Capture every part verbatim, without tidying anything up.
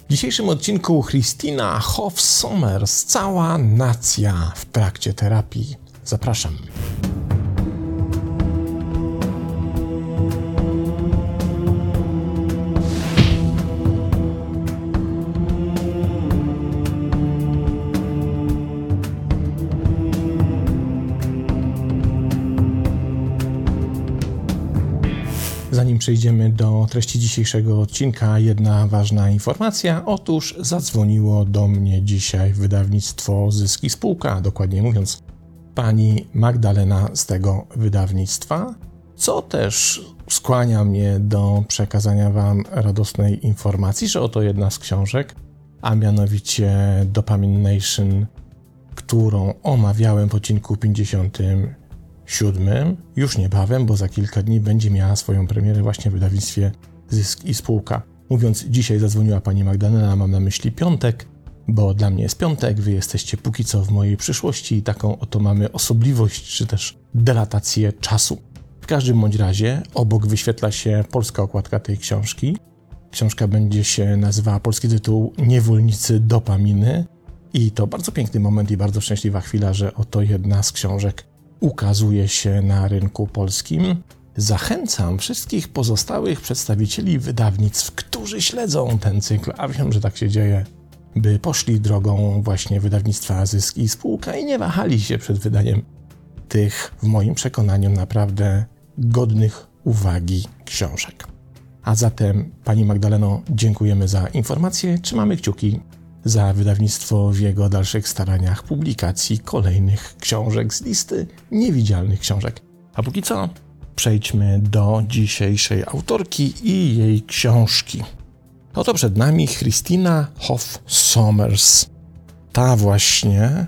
W dzisiejszym odcinku Christina Hoff Sommers, cała nacja w trakcie terapii. Zapraszam. Zanim przejdziemy do treści dzisiejszego odcinka, jedna ważna informacja. Otóż zadzwoniło do mnie dzisiaj wydawnictwo Zysk i Spółka, dokładnie mówiąc pani Magdalena z tego wydawnictwa, co też skłania mnie do przekazania wam radosnej informacji, że oto jedna z książek, a mianowicie Dopamine Nation, którą omawiałem w odcinku pięćdziesiątym siódmym, już niebawem, bo za kilka dni będzie miała swoją premierę właśnie w wydawnictwie Zysk i Spółka. Mówiąc dzisiaj zadzwoniła pani Magdalena, mam na myśli piątek, bo dla mnie jest piątek, wy jesteście póki co w mojej przyszłości i taką oto mamy osobliwość, czy też delatację czasu. W każdym bądź razie obok wyświetla się polska okładka tej książki. Książka będzie się nazywała, polski tytuł, Niewolnicy dopaminy i to bardzo piękny moment i bardzo szczęśliwa chwila, że oto jedna z książek ukazuje się na rynku polskim. Zachęcam wszystkich pozostałych przedstawicieli wydawnictw, którzy śledzą ten cykl, a wiem, że tak się dzieje, by poszli drogą właśnie wydawnictwa Zysk i Spółka i nie wahali się przed wydaniem tych, w moim przekonaniu, naprawdę godnych uwagi książek. A zatem, pani Magdaleno, dziękujemy za informacje, trzymamy kciuki za wydawnictwo w jego dalszych staraniach publikacji kolejnych książek z listy niewidzialnych książek. A póki co przejdźmy do dzisiejszej autorki i jej książki. Oto przed nami Christina Hoff Sommers. Ta właśnie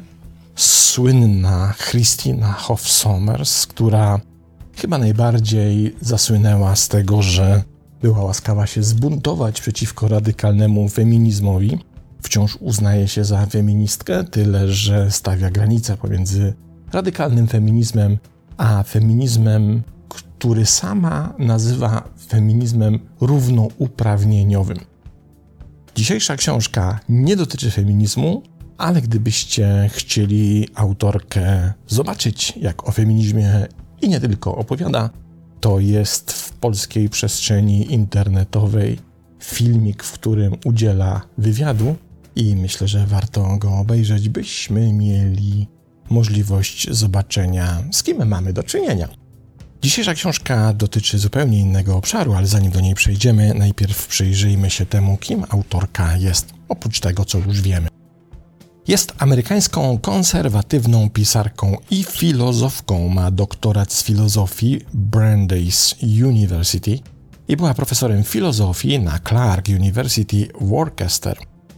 słynna Christina Hoff Sommers, która chyba najbardziej zasłynęła z tego, że była łaskawa się zbuntować przeciwko radykalnemu feminizmowi. Wciąż uznaje się za feministkę, tyle że stawia granicę pomiędzy radykalnym feminizmem a feminizmem, który sama nazywa feminizmem równouprawnieniowym. Dzisiejsza książka nie dotyczy feminizmu, ale gdybyście chcieli autorkę zobaczyć, jak o feminizmie i nie tylko opowiada, to jest w polskiej przestrzeni internetowej filmik, w którym udziela wywiadu i myślę, że warto go obejrzeć, byśmy mieli możliwość zobaczenia, z kim mamy do czynienia. Dzisiejsza książka dotyczy zupełnie innego obszaru, ale zanim do niej przejdziemy, najpierw przyjrzyjmy się temu, kim autorka jest, oprócz tego, co już wiemy. Jest amerykańską konserwatywną pisarką i filozofką, ma doktorat z filozofii Brandeis University i była profesorem filozofii na Clark University Worcester.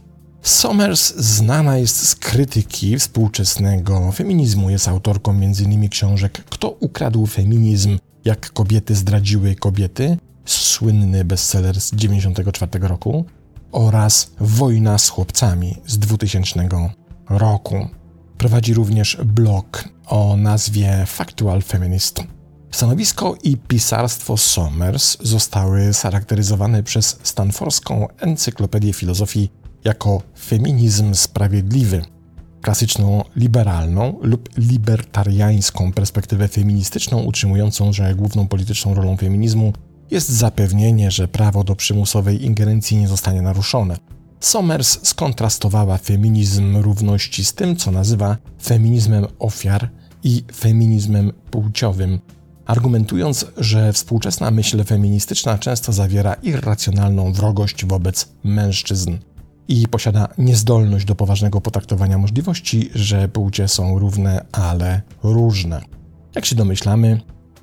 Sommers znana jest z krytyki współczesnego feminizmu. Jest autorką między innymi książek Kto ukradł feminizm? Jak kobiety zdradziły kobiety, słynny bestseller z dziewięćdziesiątego czwartego roku, oraz Wojna z chłopcami z dwutysięcznego roku. Prowadzi również blog o nazwie Factual Feminist. Stanowisko i pisarstwo Sommers zostały scharakteryzowane przez Stanfordzką Encyklopedię Filozofii jako feminizm sprawiedliwy, klasyczną liberalną lub libertariańską perspektywę feministyczną utrzymującą, że główną polityczną rolą feminizmu jest zapewnienie, że prawo do przymusowej ingerencji nie zostanie naruszone. Sommers skontrastowała feminizm równości z tym, co nazywa feminizmem ofiar i feminizmem płciowym, argumentując, że współczesna myśl feministyczna często zawiera irracjonalną wrogość wobec mężczyzn i posiada niezdolność do poważnego potraktowania możliwości, że płcie są równe, ale różne. Jak się domyślamy,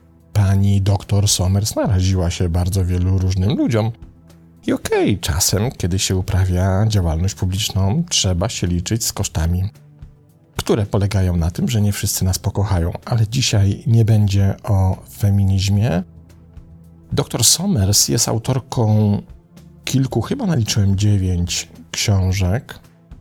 pani doktor Sommers naraziła się bardzo wielu różnym ludziom. I okej, okay, czasem, kiedy się uprawia działalność publiczną, trzeba się liczyć z kosztami, które polegają na tym, że nie wszyscy nas pokochają. Ale dzisiaj nie będzie o feminizmie. Doktor Sommers jest autorką kilku, chyba naliczyłem dziewięć książek,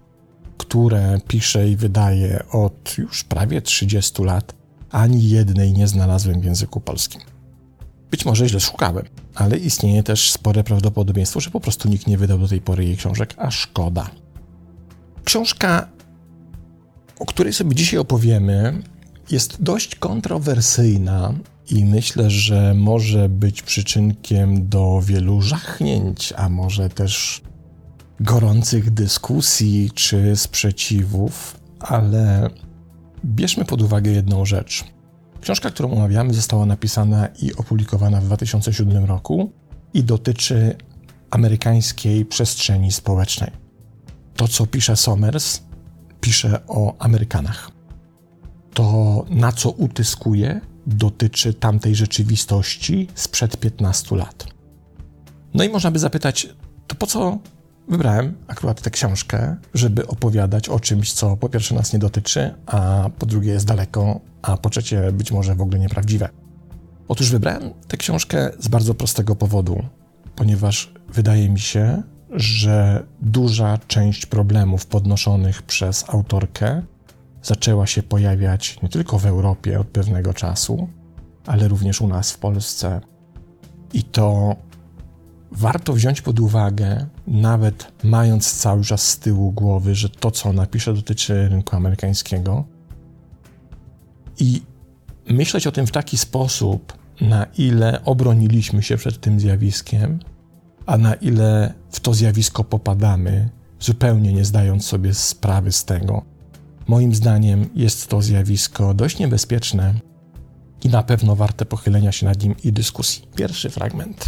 które pisze i wydaje od już prawie trzydziestu lat. Ani jednej nie znalazłem w języku polskim. Być może źle szukałem, ale istnieje też spore prawdopodobieństwo, że po prostu nikt nie wydał do tej pory jej książek, a szkoda. Książka, o której sobie dzisiaj opowiemy, jest dość kontrowersyjna i myślę, że może być przyczynkiem do wielu żachnięć, a może też gorących dyskusji czy sprzeciwów, ale bierzmy pod uwagę jedną rzecz. Książka, którą omawiamy, została napisana i opublikowana w dwa tysiące siódmym roku i dotyczy amerykańskiej przestrzeni społecznej. To, co pisze Somers, pisze o Amerykanach. To, na co utyskuje, dotyczy tamtej rzeczywistości sprzed piętnastu lat. No i można by zapytać, to po co wybrałem akurat tę książkę, żeby opowiadać o czymś, co po pierwsze nas nie dotyczy, a po drugie jest daleko, a po trzecie być może w ogóle nieprawdziwe. Otóż wybrałem tę książkę z bardzo prostego powodu, ponieważ wydaje mi się, że duża część problemów podnoszonych przez autorkę zaczęła się pojawiać nie tylko w Europie od pewnego czasu, ale również u nas w Polsce. I to warto wziąć pod uwagę, nawet mając cały czas z tyłu głowy, że to, co ona pisze, dotyczy rynku amerykańskiego. I myśleć o tym w taki sposób, na ile obroniliśmy się przed tym zjawiskiem, a na ile w to zjawisko popadamy, zupełnie nie zdając sobie sprawy z tego. Moim zdaniem jest to zjawisko dość niebezpieczne i na pewno warte pochylenia się nad nim i dyskusji. Pierwszy fragment.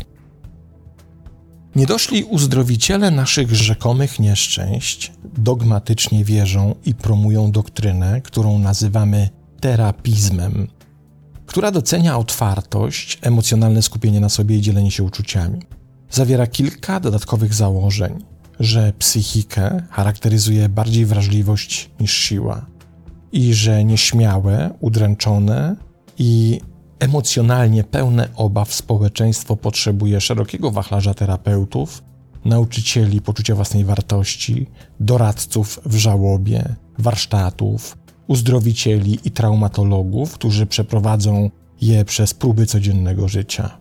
Niedoszli uzdrowiciele naszych rzekomych nieszczęść dogmatycznie wierzą i promują doktrynę, którą nazywamy terapizmem, która docenia otwartość, emocjonalne skupienie na sobie i dzielenie się uczuciami. Zawiera kilka dodatkowych założeń, że psychikę charakteryzuje bardziej wrażliwość niż siła i że nieśmiałe, udręczone i emocjonalnie pełne obaw społeczeństwo potrzebuje szerokiego wachlarza terapeutów, nauczycieli poczucia własnej wartości, doradców w żałobie, warsztatów, uzdrowicieli i traumatologów, którzy przeprowadzą je przez próby codziennego życia.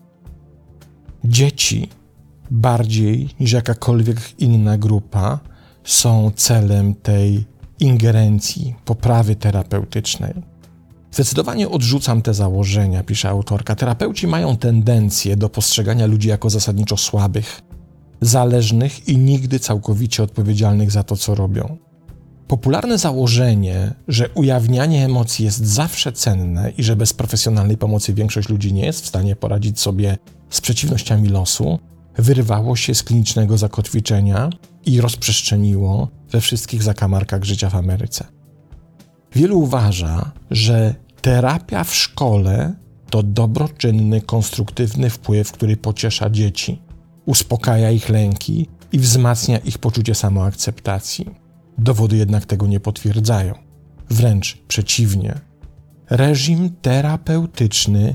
Dzieci, bardziej niż jakakolwiek inna grupa, są celem tej ingerencji, poprawy terapeutycznej. Zdecydowanie odrzucam te założenia, pisze autorka. Terapeuci mają tendencję do postrzegania ludzi jako zasadniczo słabych, zależnych i nigdy całkowicie odpowiedzialnych za to, co robią. Popularne założenie, że ujawnianie emocji jest zawsze cenne i że bez profesjonalnej pomocy większość ludzi nie jest w stanie poradzić sobie z przeciwnościami losu, wyrwało się z klinicznego zakotwiczenia i rozprzestrzeniło we wszystkich zakamarkach życia w Ameryce. Wielu uważa, że terapia w szkole to dobroczynny, konstruktywny wpływ, który pociesza dzieci, uspokaja ich lęki i wzmacnia ich poczucie samoakceptacji. Dowody jednak tego nie potwierdzają. Wręcz przeciwnie. Reżim terapeutyczny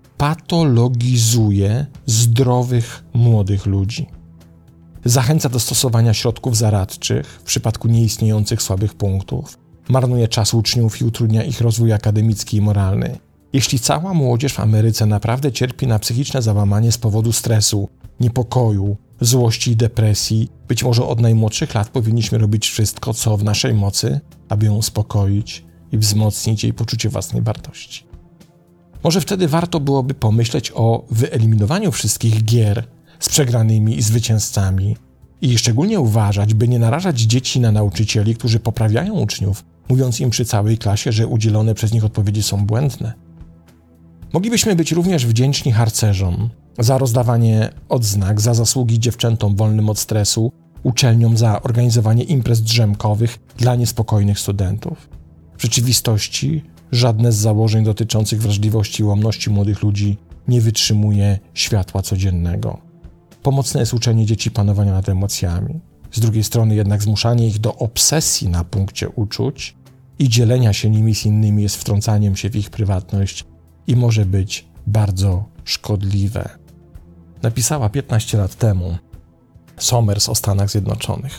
patologizuje zdrowych, młodych ludzi. Zachęca do stosowania środków zaradczych w przypadku nieistniejących słabych punktów, marnuje czas uczniów i utrudnia ich rozwój akademicki i moralny. Jeśli cała młodzież w Ameryce naprawdę cierpi na psychiczne załamanie z powodu stresu, niepokoju, złości i depresji, być może od najmłodszych lat powinniśmy robić wszystko, co w naszej mocy, aby ją uspokoić i wzmocnić jej poczucie własnej wartości. Może wtedy warto byłoby pomyśleć o wyeliminowaniu wszystkich gier z przegranymi i zwycięzcami i szczególnie uważać, by nie narażać dzieci na nauczycieli, którzy poprawiają uczniów, mówiąc im przy całej klasie, że udzielone przez nich odpowiedzi są błędne. Moglibyśmy być również wdzięczni harcerzom za rozdawanie odznak, za zasługi dziewczętom wolnym od stresu, uczelniom za organizowanie imprez drzemkowych dla niespokojnych studentów. W rzeczywistości żadne z założeń dotyczących wrażliwości i ułomności młodych ludzi nie wytrzymuje światła codziennego. Pomocne jest uczenie dzieci panowania nad emocjami. Z drugiej strony jednak zmuszanie ich do obsesji na punkcie uczuć i dzielenia się nimi z innymi jest wtrącaniem się w ich prywatność i może być bardzo szkodliwe. Napisała piętnaście lat temu Somers o Stanach Zjednoczonych.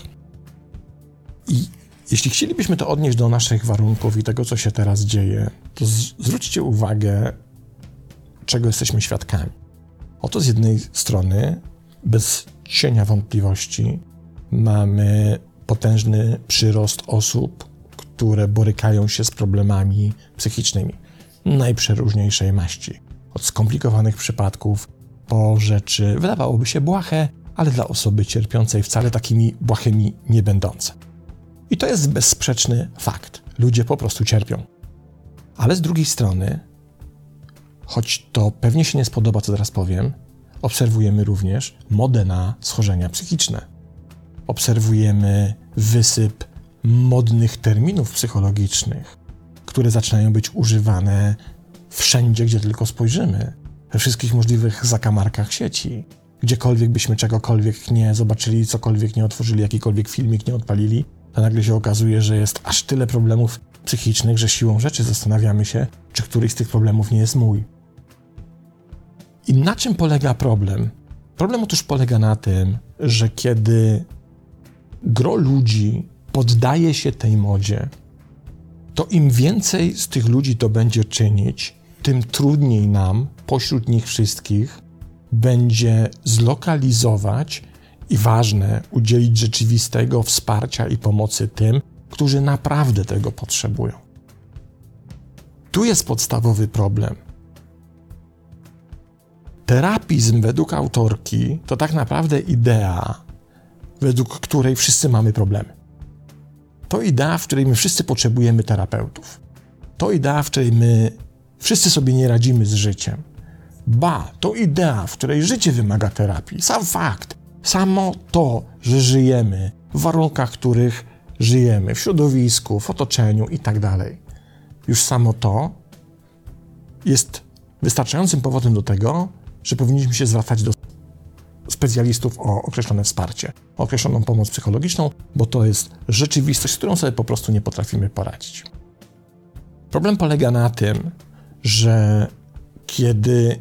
I jeśli chcielibyśmy to odnieść do naszych warunków i tego, co się teraz dzieje, to z- zwróćcie uwagę, czego jesteśmy świadkami. Oto z jednej strony, bez cienia wątpliwości, mamy potężny przyrost osób, które borykają się z problemami psychicznymi najprzeróżniejszej maści. Od skomplikowanych przypadków po rzeczy, wydawałoby się błahe, ale dla osoby cierpiącej wcale takimi błahymi nie będące. I to jest bezsprzeczny fakt. Ludzie po prostu cierpią. Ale z drugiej strony, choć to pewnie się nie spodoba, co teraz powiem, obserwujemy również modę na schorzenia psychiczne. Obserwujemy wysyp modnych terminów psychologicznych, które zaczynają być używane wszędzie, gdzie tylko spojrzymy, we wszystkich możliwych zakamarkach sieci. Gdziekolwiek byśmy czegokolwiek nie zobaczyli, cokolwiek nie otworzyli, jakikolwiek filmik nie odpalili, to nagle się okazuje, że jest aż tyle problemów psychicznych, że siłą rzeczy zastanawiamy się, czy któryś z tych problemów nie jest mój. I na czym polega problem? Problem otóż polega na tym, że kiedy gro ludzi poddaje się tej modzie, to im więcej z tych ludzi to będzie czynić, tym trudniej nam, pośród nich wszystkich, będzie zlokalizować i ważne, udzielić rzeczywistego wsparcia i pomocy tym, którzy naprawdę tego potrzebują. Tu jest podstawowy problem. Terapizm według autorki to tak naprawdę idea, według której wszyscy mamy problemy. To idea, w której my wszyscy potrzebujemy terapeutów. To idea, w której my wszyscy sobie nie radzimy z życiem. Ba, to idea, w której życie wymaga terapii. Sam fakt, samo to, że żyjemy w warunkach, w których żyjemy, w środowisku, w otoczeniu i tak dalej. Już samo to jest wystarczającym powodem do tego, że powinniśmy się zwracać do specjalistów o określone wsparcie, o określoną pomoc psychologiczną, bo to jest rzeczywistość, z którą sobie po prostu nie potrafimy poradzić. Problem polega na tym, że kiedy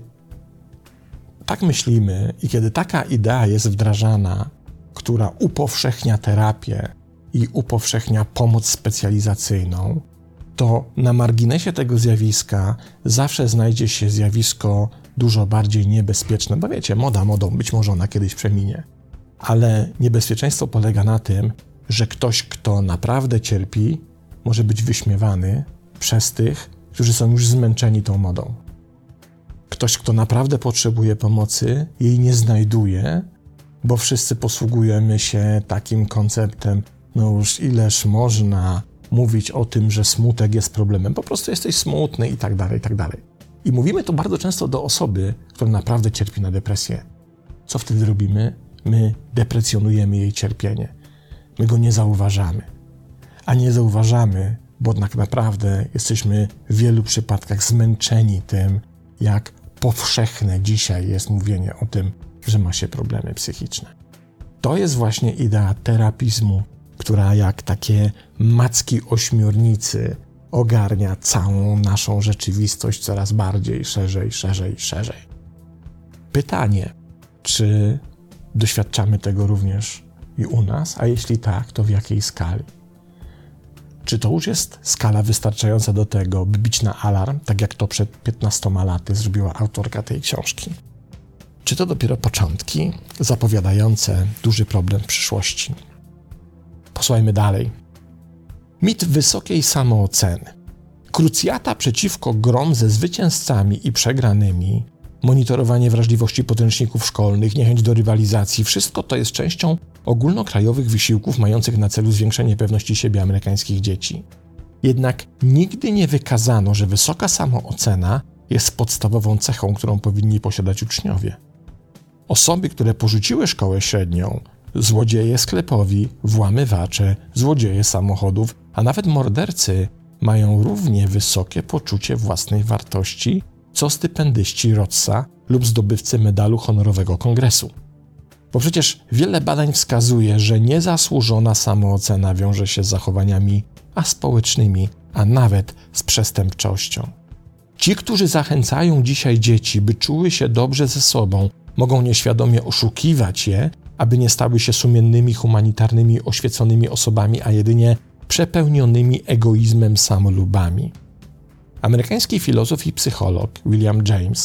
tak myślimy i kiedy taka idea jest wdrażana, która upowszechnia terapię i upowszechnia pomoc specjalizacyjną, to na marginesie tego zjawiska zawsze znajdzie się zjawisko dużo bardziej niebezpieczne, bo wiecie, moda modą, być może ona kiedyś przeminie. Ale niebezpieczeństwo polega na tym, że ktoś, kto naprawdę cierpi, może być wyśmiewany przez tych, którzy są już zmęczeni tą modą. Ktoś, kto naprawdę potrzebuje pomocy, jej nie znajduje, bo wszyscy posługujemy się takim konceptem, no już ileż można mówić o tym, że smutek jest problemem, po prostu jesteś smutny i tak dalej, i tak dalej. I mówimy to bardzo często do osoby, która naprawdę cierpi na depresję. Co wtedy robimy? My deprecjonujemy jej cierpienie. My go nie zauważamy. A nie zauważamy, bo tak naprawdę jesteśmy w wielu przypadkach zmęczeni tym, jak powszechne dzisiaj jest mówienie o tym, że ma się problemy psychiczne. To jest właśnie idea terapizmu, która jak takie macki ośmiornicy ogarnia całą naszą rzeczywistość coraz bardziej, szerzej, szerzej, szerzej. Pytanie, czy doświadczamy tego również i u nas, a jeśli tak, to w jakiej skali? Czy to już jest skala wystarczająca do tego, by bić na alarm, tak jak to przed piętnastoma laty zrobiła autorka tej książki? Czy to dopiero początki zapowiadające duży problem w przyszłości? Posłuchajmy dalej. Mit wysokiej samooceny. Krucjata przeciwko grom ze zwycięzcami i przegranymi, monitorowanie wrażliwości podręczników szkolnych, niechęć do rywalizacji, wszystko to jest częścią ogólnokrajowych wysiłków mających na celu zwiększenie pewności siebie amerykańskich dzieci. Jednak nigdy nie wykazano, że wysoka samoocena jest podstawową cechą, którą powinni posiadać uczniowie. Osoby, które porzuciły szkołę średnią, złodzieje sklepowi, włamywacze, złodzieje samochodów, a nawet mordercy mają równie wysokie poczucie własnej wartości, co stypendyści Rhodzesa lub zdobywcy medalu honorowego Kongresu. Bo przecież wiele badań wskazuje, że niezasłużona samoocena wiąże się z zachowaniami aspołecznymi, a nawet z przestępczością. Ci, którzy zachęcają dzisiaj dzieci, by czuły się dobrze ze sobą, mogą nieświadomie oszukiwać je, aby nie stały się sumiennymi, humanitarnymi, oświeconymi osobami, a jedynie przepełnionymi egoizmem, samolubami. Amerykański filozof i psycholog William James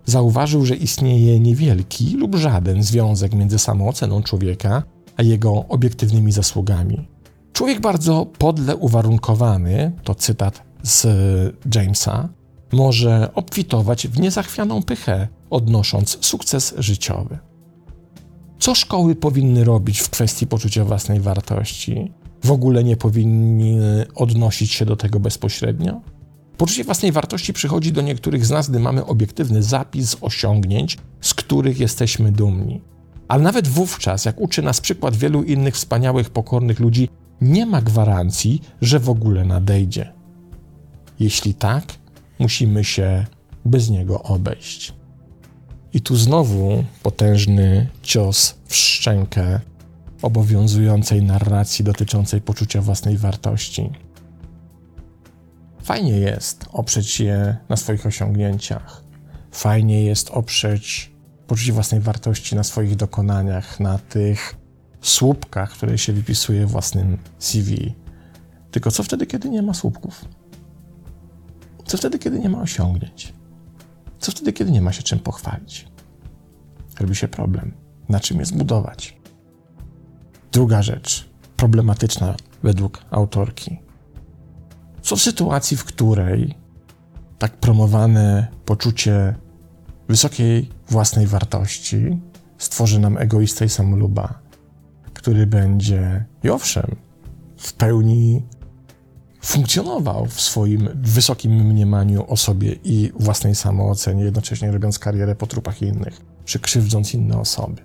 zauważył, że istnieje niewielki lub żaden związek między samooceną człowieka a jego obiektywnymi zasługami. Człowiek bardzo podle uwarunkowany, to cytat z Jamesa, może obfitować w niezachwianą pychę, odnosząc sukces życiowy. Co szkoły powinny robić w kwestii poczucia własnej wartości? W ogóle nie powinny odnosić się do tego bezpośrednio? Poczucie własnej wartości przychodzi do niektórych z nas, gdy mamy obiektywny zapis osiągnięć, z których jesteśmy dumni. Ale nawet wówczas, jak uczy nas przykład wielu innych wspaniałych, pokornych ludzi, nie ma gwarancji, że w ogóle nadejdzie. Jeśli tak, musimy się bez niego obejść. I tu znowu potężny cios w szczękę obowiązującej narracji dotyczącej poczucia własnej wartości. Fajnie jest oprzeć się na swoich osiągnięciach. Fajnie jest oprzeć poczucie własnej wartości na swoich dokonaniach, na tych słupkach, które się wypisuje w własnym C V. Tylko co wtedy, kiedy nie ma słupków? Co wtedy, kiedy nie ma osiągnięć? Co wtedy, kiedy nie ma się czym pochwalić? Robi się problem. Na czym je zbudować? Druga rzecz, problematyczna według autorki. Co w sytuacji, w której tak promowane poczucie wysokiej własnej wartości stworzy nam egoista i samoluba, który będzie, i owszem, w pełni funkcjonował w swoim wysokim mniemaniu o sobie i własnej samoocenie, jednocześnie robiąc karierę po trupach innych, czy krzywdząc inne osoby.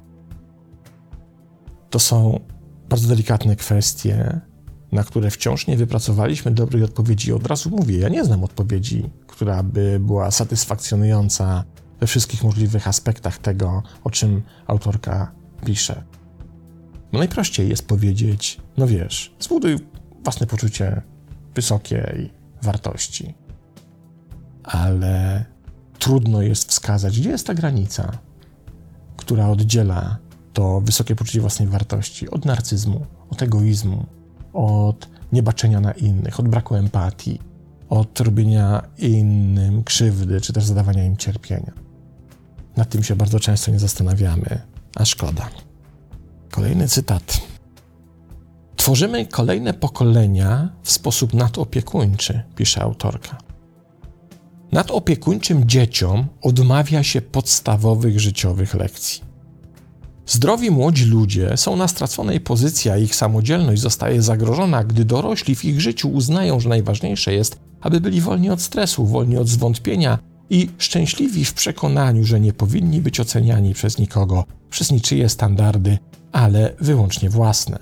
To są bardzo delikatne kwestie, na które wciąż nie wypracowaliśmy dobrej odpowiedzi. Od razu mówię, ja nie znam odpowiedzi, która by była satysfakcjonująca we wszystkich możliwych aspektach tego, o czym autorka pisze. No najprościej jest powiedzieć, no wiesz, zbuduj własne poczucie wysokiej wartości. Ale trudno jest wskazać, gdzie jest ta granica, która oddziela to wysokie poczucie własnej wartości od narcyzmu, od egoizmu, od niebaczenia na innych, od braku empatii, od robienia innym krzywdy, czy też zadawania im cierpienia. Nad tym się bardzo często nie zastanawiamy, a szkoda. Kolejny cytat. Tworzymy kolejne pokolenia w sposób nadopiekuńczy, pisze autorka. Nadopiekuńczym dzieciom odmawia się podstawowych życiowych lekcji. Zdrowi młodzi ludzie są na straconej pozycji, a ich samodzielność zostaje zagrożona, gdy dorośli w ich życiu uznają, że najważniejsze jest, aby byli wolni od stresu, wolni od zwątpienia i szczęśliwi w przekonaniu, że nie powinni być oceniani przez nikogo, przez niczyje standardy, ale wyłącznie własne.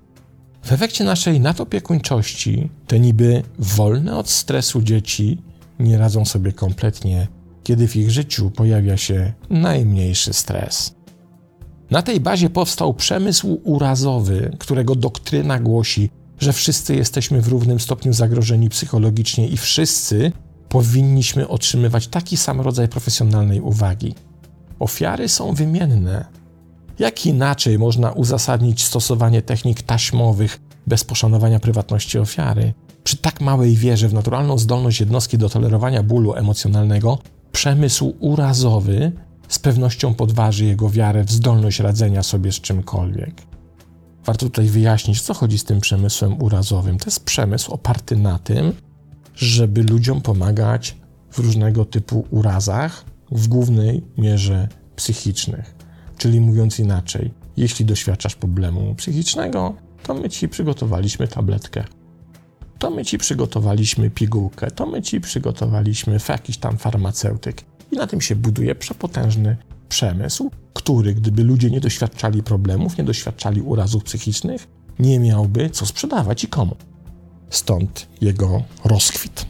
W efekcie naszej nadopiekuńczości te niby wolne od stresu dzieci nie radzą sobie kompletnie, kiedy w ich życiu pojawia się najmniejszy stres. Na tej bazie powstał przemysł urazowy, którego doktryna głosi, że wszyscy jesteśmy w równym stopniu zagrożeni psychologicznie i wszyscy powinniśmy otrzymywać taki sam rodzaj profesjonalnej uwagi. Ofiary są wymienne. Jak inaczej można uzasadnić stosowanie technik taśmowych bez poszanowania prywatności ofiary? Przy tak małej wierze w naturalną zdolność jednostki do tolerowania bólu emocjonalnego, przemysł urazowy z pewnością podważy jego wiarę w zdolność radzenia sobie z czymkolwiek. Warto tutaj wyjaśnić, co chodzi z tym przemysłem urazowym. To jest przemysł oparty na tym, żeby ludziom pomagać w różnego typu urazach, w głównej mierze psychicznych. Czyli mówiąc inaczej, jeśli doświadczasz problemu psychicznego, to my ci przygotowaliśmy tabletkę. To my ci przygotowaliśmy pigułkę, to my ci przygotowaliśmy jakiś tam farmaceutyk. I na tym się buduje przepotężny przemysł, który, gdyby ludzie nie doświadczali problemów, nie doświadczali urazów psychicznych, nie miałby co sprzedawać i komu. Stąd jego rozkwit.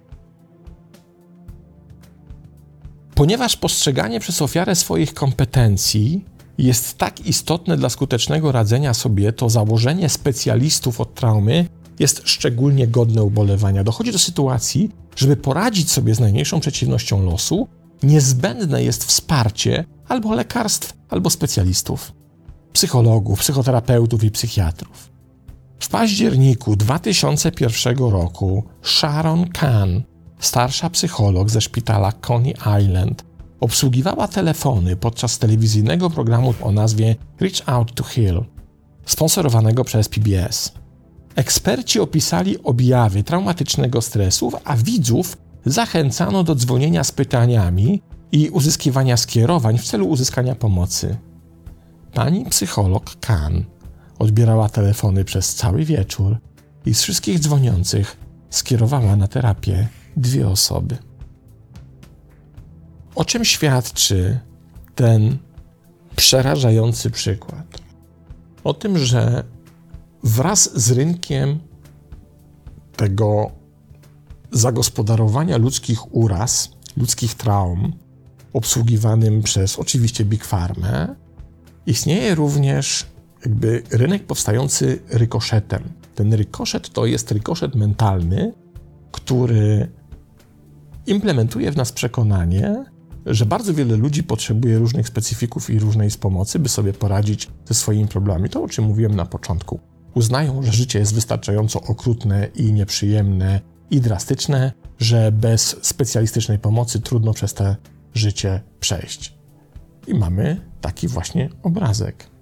Ponieważ postrzeganie przez ofiarę swoich kompetencji jest tak istotne dla skutecznego radzenia sobie, to założenie specjalistów od traumy jest szczególnie godne ubolewania. Dochodzi do sytuacji, żeby poradzić sobie z najmniejszą przeciwnością losu, niezbędne jest wsparcie albo lekarstw, albo specjalistów, psychologów, psychoterapeutów i psychiatrów. W październiku dwa tysiące pierwszego roku Sharon Kahn, starsza psycholog ze szpitala Coney Island, obsługiwała telefony podczas telewizyjnego programu o nazwie Reach Out to Heal, sponsorowanego przez P B S. Eksperci opisali objawy traumatycznego stresu, a widzów zachęcano do dzwonienia z pytaniami i uzyskiwania skierowań w celu uzyskania pomocy. Pani psycholog Kahn odbierała telefony przez cały wieczór i z wszystkich dzwoniących skierowała na terapię dwie osoby. O czym świadczy ten przerażający przykład? O tym, że wraz z rynkiem tego zagospodarowania ludzkich uraz, ludzkich traum, obsługiwanym przez oczywiście Big Pharmę, istnieje również jakby rynek powstający rykoszetem. Ten rykoszet to jest rykoszet mentalny, który implementuje w nas przekonanie, że bardzo wiele ludzi potrzebuje różnych specyfików i różnej pomocy, by sobie poradzić ze swoimi problemami. To, o czym mówiłem na początku. Uznają, że życie jest wystarczająco okrutne i nieprzyjemne i drastyczne, że bez specjalistycznej pomocy trudno przez to życie przejść. I mamy taki właśnie obrazek.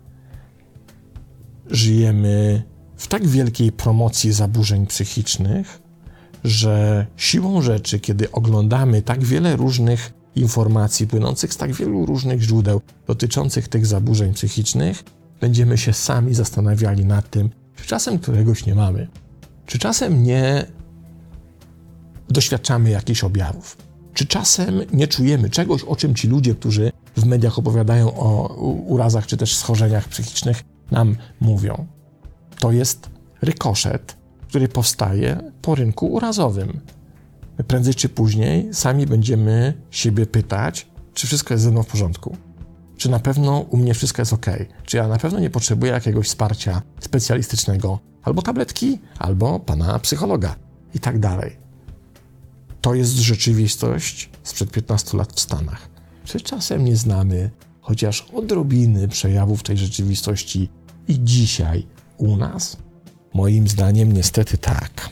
Żyjemy w tak wielkiej promocji zaburzeń psychicznych, że siłą rzeczy, kiedy oglądamy tak wiele różnych informacji płynących z tak wielu różnych źródeł dotyczących tych zaburzeń psychicznych, będziemy się sami zastanawiali nad tym, czy czasem któregoś nie mamy. Czy czasem nie doświadczamy jakichś objawów. Czy czasem nie czujemy czegoś, o czym ci ludzie, którzy w mediach opowiadają o urazach czy też schorzeniach psychicznych, nam mówią. To jest rykoszet, który powstaje po rynku urazowym. My prędzej czy później sami będziemy siebie pytać, czy wszystko jest ze mną w porządku. Czy na pewno u mnie wszystko jest ok. Czy ja na pewno nie potrzebuję jakiegoś wsparcia specjalistycznego, albo tabletki, albo pana psychologa i tak dalej. To jest rzeczywistość sprzed piętnastu lat w Stanach. Czy czasem nie znamy chociaż odrobiny przejawów tej rzeczywistości i dzisiaj u nas? Moim zdaniem niestety tak.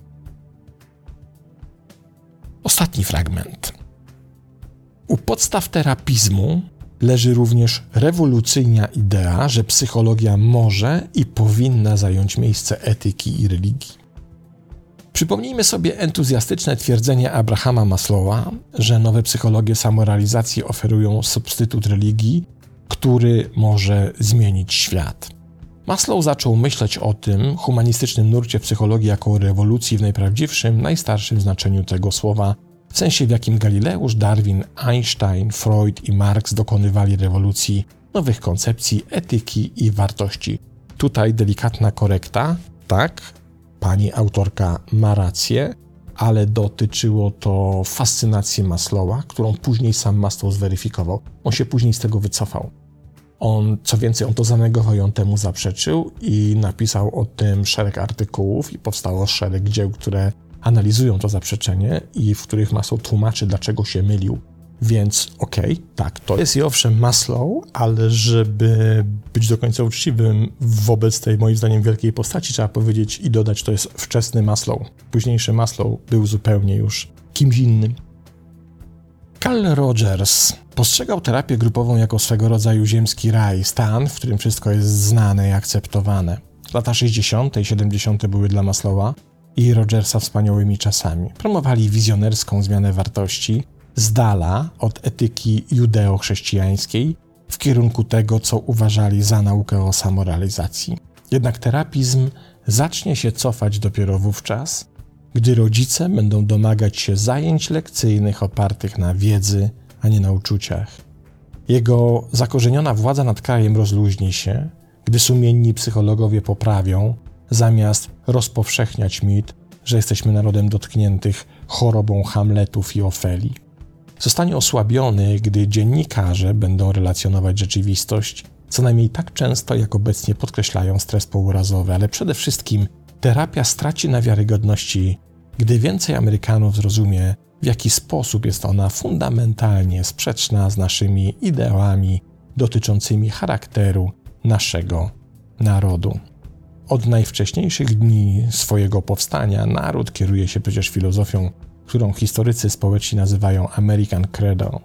Ostatni fragment. U podstaw terapizmu leży również rewolucyjna idea, że psychologia może i powinna zająć miejsce etyki i religii. Przypomnijmy sobie entuzjastyczne twierdzenie Abrahama Maslowa, że nowe psychologie samorealizacji oferują substytut religii, który może zmienić świat. Maslow zaczął myśleć o tym humanistycznym nurcie psychologii jako o rewolucji w najprawdziwszym, najstarszym znaczeniu tego słowa, w sensie w jakim Galileusz, Darwin, Einstein, Freud i Marx dokonywali rewolucji nowych koncepcji, etyki i wartości. Tutaj delikatna korekta, tak, pani autorka ma rację, ale dotyczyło to fascynacji Maslowa, którą później sam Maslow zweryfikował. On się później z tego wycofał. On, co więcej, on to zanegował i on temu zaprzeczył i napisał o tym szereg artykułów i powstało szereg dzieł, które analizują to zaprzeczenie i w których Maslow tłumaczy, dlaczego się mylił. Więc okej, okay, tak, to jest i owszem Maslow, ale żeby być do końca uczciwym wobec tej, moim zdaniem, wielkiej postaci, trzeba powiedzieć i dodać, to jest wczesny Maslow. Późniejszy Maslow był zupełnie już kimś innym. Carl Rogers postrzegał terapię grupową jako swego rodzaju ziemski raj, stan, w którym wszystko jest znane i akceptowane. Lata sześćdziesiąte i siedemdziesiąte były dla Maslowa i Rogersa wspaniałymi czasami. Promowali wizjonerską zmianę wartości z dala od etyki judeo-chrześcijańskiej w kierunku tego, co uważali za naukę o samorealizacji. Jednak terapizm zacznie się cofać dopiero wówczas, gdy rodzice będą domagać się zajęć lekcyjnych opartych na wiedzy, a nie na uczuciach. Jego zakorzeniona władza nad krajem rozluźni się, gdy sumienni psychologowie poprawią, zamiast rozpowszechniać mit, że jesteśmy narodem dotkniętych chorobą Hamletów i Ofelii. Zostanie osłabiony, gdy dziennikarze będą relacjonować rzeczywistość, co najmniej tak często, jak obecnie podkreślają stres pourazowy, ale przede wszystkim terapia straci na wiarygodności, gdy więcej Amerykanów zrozumie, w jaki sposób jest ona fundamentalnie sprzeczna z naszymi ideałami dotyczącymi charakteru naszego narodu. Od najwcześniejszych dni swojego powstania naród kieruje się przecież filozofią, którą historycy społeczni nazywają American Credo.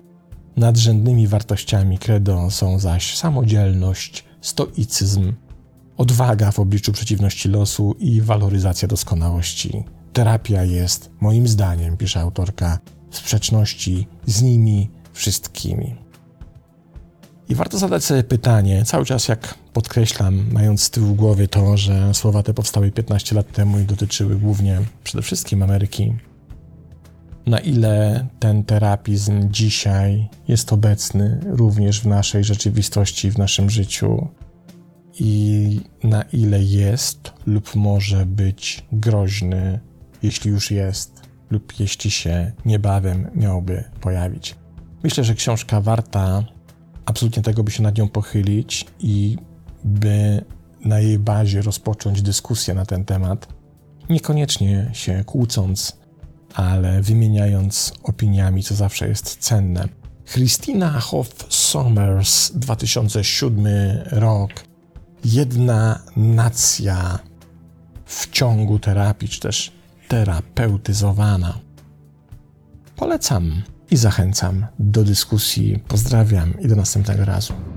Nadrzędnymi wartościami credo są zaś samodzielność, stoicyzm, odwaga w obliczu przeciwności losu i waloryzacja doskonałości. Terapia jest, moim zdaniem, pisze autorka, w sprzeczności z nimi wszystkimi. I warto zadać sobie pytanie, cały czas jak podkreślam, mając z tyłu głowy to, że słowa te powstały piętnaście lat temu i dotyczyły głównie przede wszystkim Ameryki, na ile ten terapizm dzisiaj jest obecny również w naszej rzeczywistości, w naszym życiu i na ile jest lub może być groźny, jeśli już jest lub jeśli się niebawem miałby pojawić. Myślę, że książka warta absolutnie tego, by się nad nią pochylić i by na jej bazie rozpocząć dyskusję na ten temat, niekoniecznie się kłócąc, ale wymieniając opiniami, co zawsze jest cenne. Christina Hoff Sommers, dwa tysiące siódmy rok. Jedna nacja w ciągu terapii, czy też terapeutyzowana. Polecam i zachęcam do dyskusji. Pozdrawiam i do następnego razu.